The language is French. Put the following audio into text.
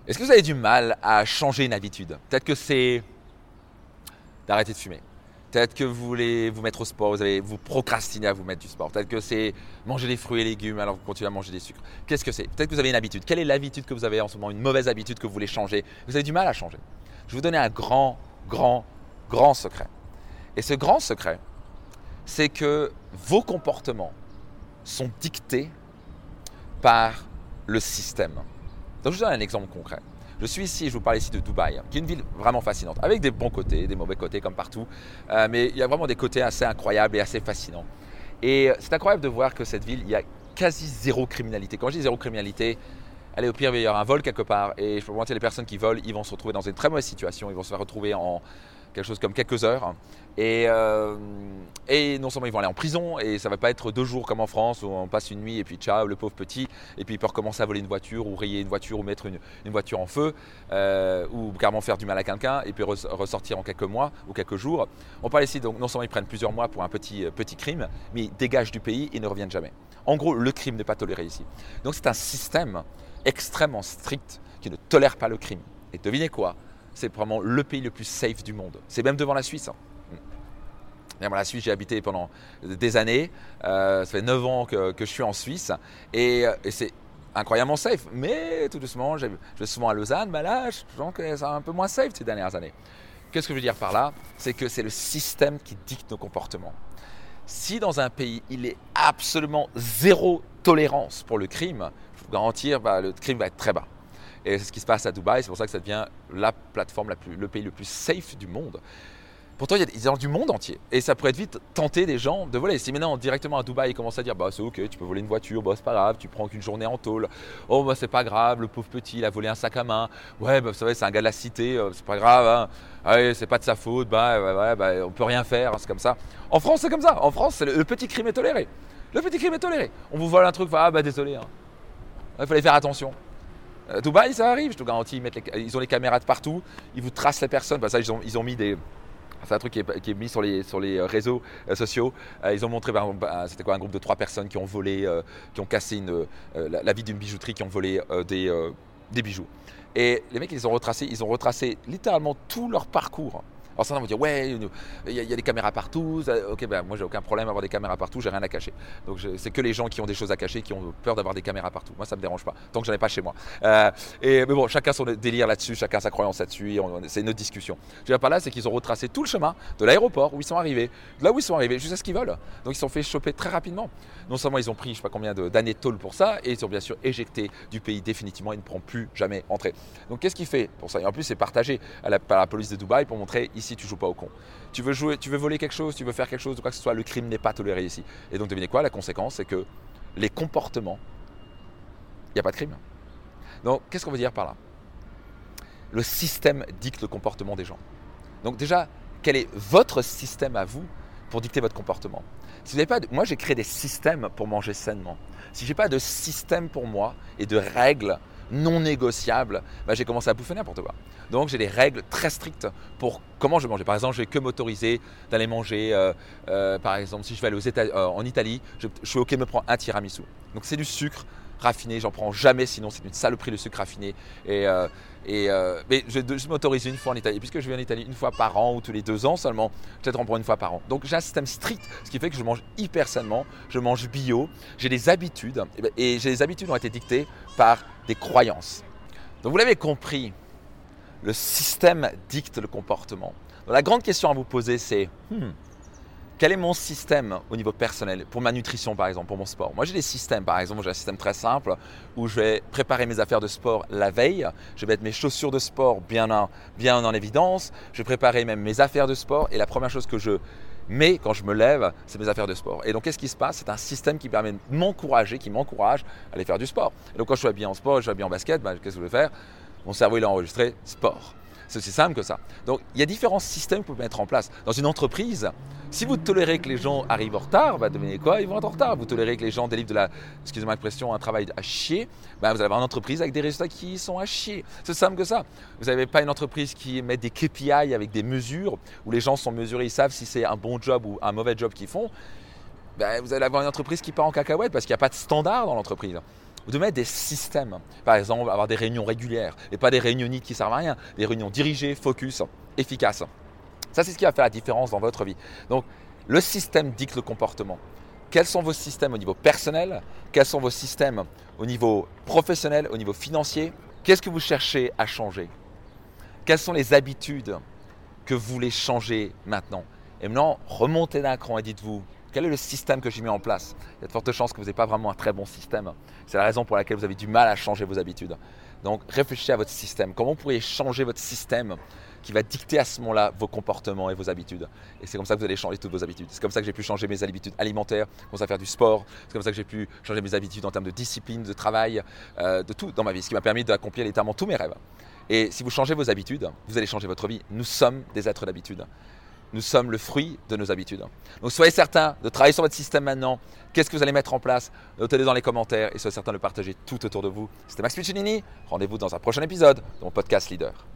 Est-ce que vous avez du mal à changer une habitude? Peut-être que c'est d'arrêter de fumer. Peut-être que vous voulez vous mettre au sport, vous procrastinez à vous mettre du sport. Peut-être que c'est manger des fruits et légumes alors que vous continuez à manger des sucres. Qu'est-ce que c'est? Peut-être que vous avez une habitude. Quelle est l'habitude que vous avez en ce moment? Une mauvaise habitude que vous voulez changer? Vous avez du mal à changer. Je vais vous donner un grand secret. Et ce grand secret, c'est que vos comportements sont dictés par le système. Donc je vous donne un exemple concret. Je suis ici, je vous parle ici de Dubaï, qui est une ville vraiment fascinante, avec des bons côtés, des mauvais côtés comme partout, mais il y a vraiment des côtés assez incroyables et assez fascinants. Et c'est incroyable de voir que cette ville, il y a quasi zéro criminalité. Quand je dis zéro criminalité, allez, au pire, il y aura un vol quelque part, et je peux vous mentir, les personnes qui volent, ils vont se retrouver dans une très mauvaise situation, ils vont se faire retrouver en quelque chose comme quelques heures. Et non seulement ils vont aller en prison, et ça ne va pas être 2 jours comme en France où on passe une nuit et puis ciao, le pauvre petit, et puis il peut recommencer à voler une voiture ou rayer une voiture ou mettre une voiture en feu, ou carrément faire du mal à quelqu'un et puis ressortir en quelques mois ou quelques jours. On parle ici, donc non seulement ils prennent plusieurs mois pour un petit crime, mais ils dégagent du pays et ne reviennent jamais. En gros, le crime n'est pas toléré ici. Donc c'est un système extrêmement strict qui ne tolère pas le crime. Et devinez quoi? C'est vraiment le pays le plus safe du monde. C'est même devant la Suisse. Dans la Suisse, j'ai habité pendant des années. Ça fait 9 ans que je suis en Suisse. Et c'est incroyablement safe. Mais tout doucement, je vais souvent à Lausanne. Mais là, je sens que c'est un peu moins safe ces dernières années. Qu'est-ce que je veux dire par là? C'est que c'est le système qui dicte nos comportements. Si dans un pays, il est absolument zéro tolérance pour le crime, je peux vous garantir, le crime va être très bas. Et c'est ce qui se passe à Dubaï, c'est pour ça que ça devient la plateforme, le pays le plus safe du monde. Pourtant, il y a des gens du monde entier. Et ça pourrait être vite tenter des gens de voler. Si maintenant, directement à Dubaï, ils commencent à dire c'est ok, tu peux voler une voiture, c'est pas grave, tu prends qu'une journée en tôle. Oh, c'est pas grave, le pauvre petit, il a volé un sac à main. Ouais, vous savez, c'est un gars de la cité, c'est pas grave. Hein. Ouais, c'est pas de sa faute, on peut rien faire, hein, c'est comme ça. En France, c'est comme ça. En France, le petit crime est toléré. Le petit crime est toléré. On vous vole un truc, désolé. Hein. Il fallait faire attention. Dubaï, ça arrive, je te garantis, ils ont les caméras de partout, ils vous tracent les personnes. Ça, ils ont mis des. C'est un truc qui est mis sur les réseaux sociaux. Ils ont montré, c'était quoi, un groupe de 3 personnes qui ont volé, qui ont cassé la vitre d'une bijouterie, qui ont volé des bijoux. Et les mecs, ils ont retracé littéralement tout leur parcours. Alors certains vont dire, ouais, il y a des caméras partout. Ok, moi j'ai aucun problème à avoir des caméras partout, j'ai rien à cacher. Donc c'est que les gens qui ont des choses à cacher, qui ont peur d'avoir des caméras partout. Moi ça me dérange pas, tant que j'en ai pas chez moi. Mais bon, chacun son délire là-dessus, chacun sa croyance là-dessus, c'est une autre discussion. Ce que je veux dire par là, c'est qu'ils ont retracé tout le chemin de l'aéroport où ils sont arrivés, de là où ils sont arrivés, jusqu'à ce qu'ils volent. Donc ils se sont fait choper très rapidement. Non seulement ils ont pris je sais pas combien d'années de tôle pour ça, et ils sont bien sûr éjectés du pays définitivement, ils ne pourront plus jamais entrer. Donc qu'est-ce qu'il fait pour ça? Et en plus c'est partagé par la police de Dubaï pour montrer ici tu joues pas au con. Tu veux voler quelque chose, tu veux faire quelque chose, de quoi que ce soit, le crime n'est pas toléré ici. Et donc devinez quoi, la conséquence c'est que les comportements, il n'y a pas de crime. Donc qu'est-ce qu'on veut dire par là? Le système dicte le comportement des gens. Donc déjà, quel est votre système à vous pour dicter votre comportement? Si vous n'avez pas moi j'ai créé des systèmes pour manger sainement. Si je n'ai pas de système pour moi et de règles non négociables, j'ai commencé à bouffer n'importe quoi. Donc j'ai des règles très strictes pour comment je vais manger. Par exemple, je vais que m'autoriser d'aller manger, par exemple, si je vais aller en Italie, je suis ok de me prendre un tiramisu. Donc c'est du sucre raffiné, j'en prends jamais, sinon c'est une saloperie le sucre raffiné. Mais je m'autorise une fois en Italie. Puisque je vais en Italie une fois par an ou tous les 2 ans seulement, peut-être en prendre une fois par an. Donc j'ai un système strict, ce qui fait que je mange hyper sainement, je mange bio, j'ai des habitudes, et les habitudes ont été dictées par des croyances. Donc vous l'avez compris, le système dicte le comportement. Donc la grande question à vous poser c'est quel est mon système au niveau personnel, pour ma nutrition par exemple, pour mon sport? Moi j'ai des systèmes, par exemple j'ai un système très simple où je vais préparer mes affaires de sport la veille, je vais mettre mes chaussures de sport bien en évidence, je vais préparer même mes affaires de sport et la première chose que je mets quand je me lève, c'est mes affaires de sport. Et donc qu'est-ce qui se passe? C'est un système qui permet de m'encourager, qui m'encourage à aller faire du sport. Et donc quand je suis habillé en sport, je suis habillé en basket, qu'est-ce que je vais faire? Mon cerveau il a enregistré sport. C'est aussi simple que ça. Donc il y a différents systèmes que vous pouvez mettre en place. Dans une entreprise, si vous tolérez que les gens arrivent en retard, devinez quoi, ils vont être en retard. Vous tolérez que les gens délivrent excusez-moi l'expression, un travail à chier, vous allez avoir une entreprise avec des résultats qui sont à chier. C'est simple que ça. Vous n'avez pas une entreprise qui met des KPI avec des mesures, où les gens sont mesurés, ils savent si c'est un bon job ou un mauvais job qu'ils font. Vous allez avoir une entreprise qui part en cacahuète parce qu'il n'y a pas de standard dans l'entreprise. Vous devez mettre des systèmes. Par exemple, avoir des réunions régulières et pas des réunionites qui ne servent à rien. Des réunions dirigées, focus, efficaces. Ça, c'est ce qui va faire la différence dans votre vie. Donc, le système dicte le comportement. Quels sont vos systèmes au niveau personnel? Quels sont vos systèmes au niveau professionnel, au niveau financier? Qu'est-ce que vous cherchez à changer? Quelles sont les habitudes que vous voulez changer maintenant? Et maintenant, remontez d'un cran et dites-vous, quel est le système que j'ai mis en place? Il y a de fortes chances que vous n'ayez pas vraiment un très bon système. C'est la raison pour laquelle vous avez du mal à changer vos habitudes. Donc, réfléchissez à votre système. Comment vous pourriez changer votre système qui va dicter à ce moment-là vos comportements et vos habitudes? Et c'est comme ça que vous allez changer toutes vos habitudes. C'est comme ça que j'ai pu changer mes habitudes alimentaires, commencer à faire du sport. C'est comme ça que j'ai pu changer mes habitudes en termes de discipline, de travail, de tout dans ma vie. Ce qui m'a permis d'accomplir littéralement tous mes rêves. Et si vous changez vos habitudes, vous allez changer votre vie. Nous sommes des êtres d'habitude. Nous sommes le fruit de nos habitudes. Donc soyez certains de travailler sur votre système maintenant. Qu'est-ce que vous allez mettre en place? Notez-le dans les commentaires et soyez certains de le partager tout autour de vous. C'était Max Piccinini. Rendez-vous dans un prochain épisode de mon podcast Leader.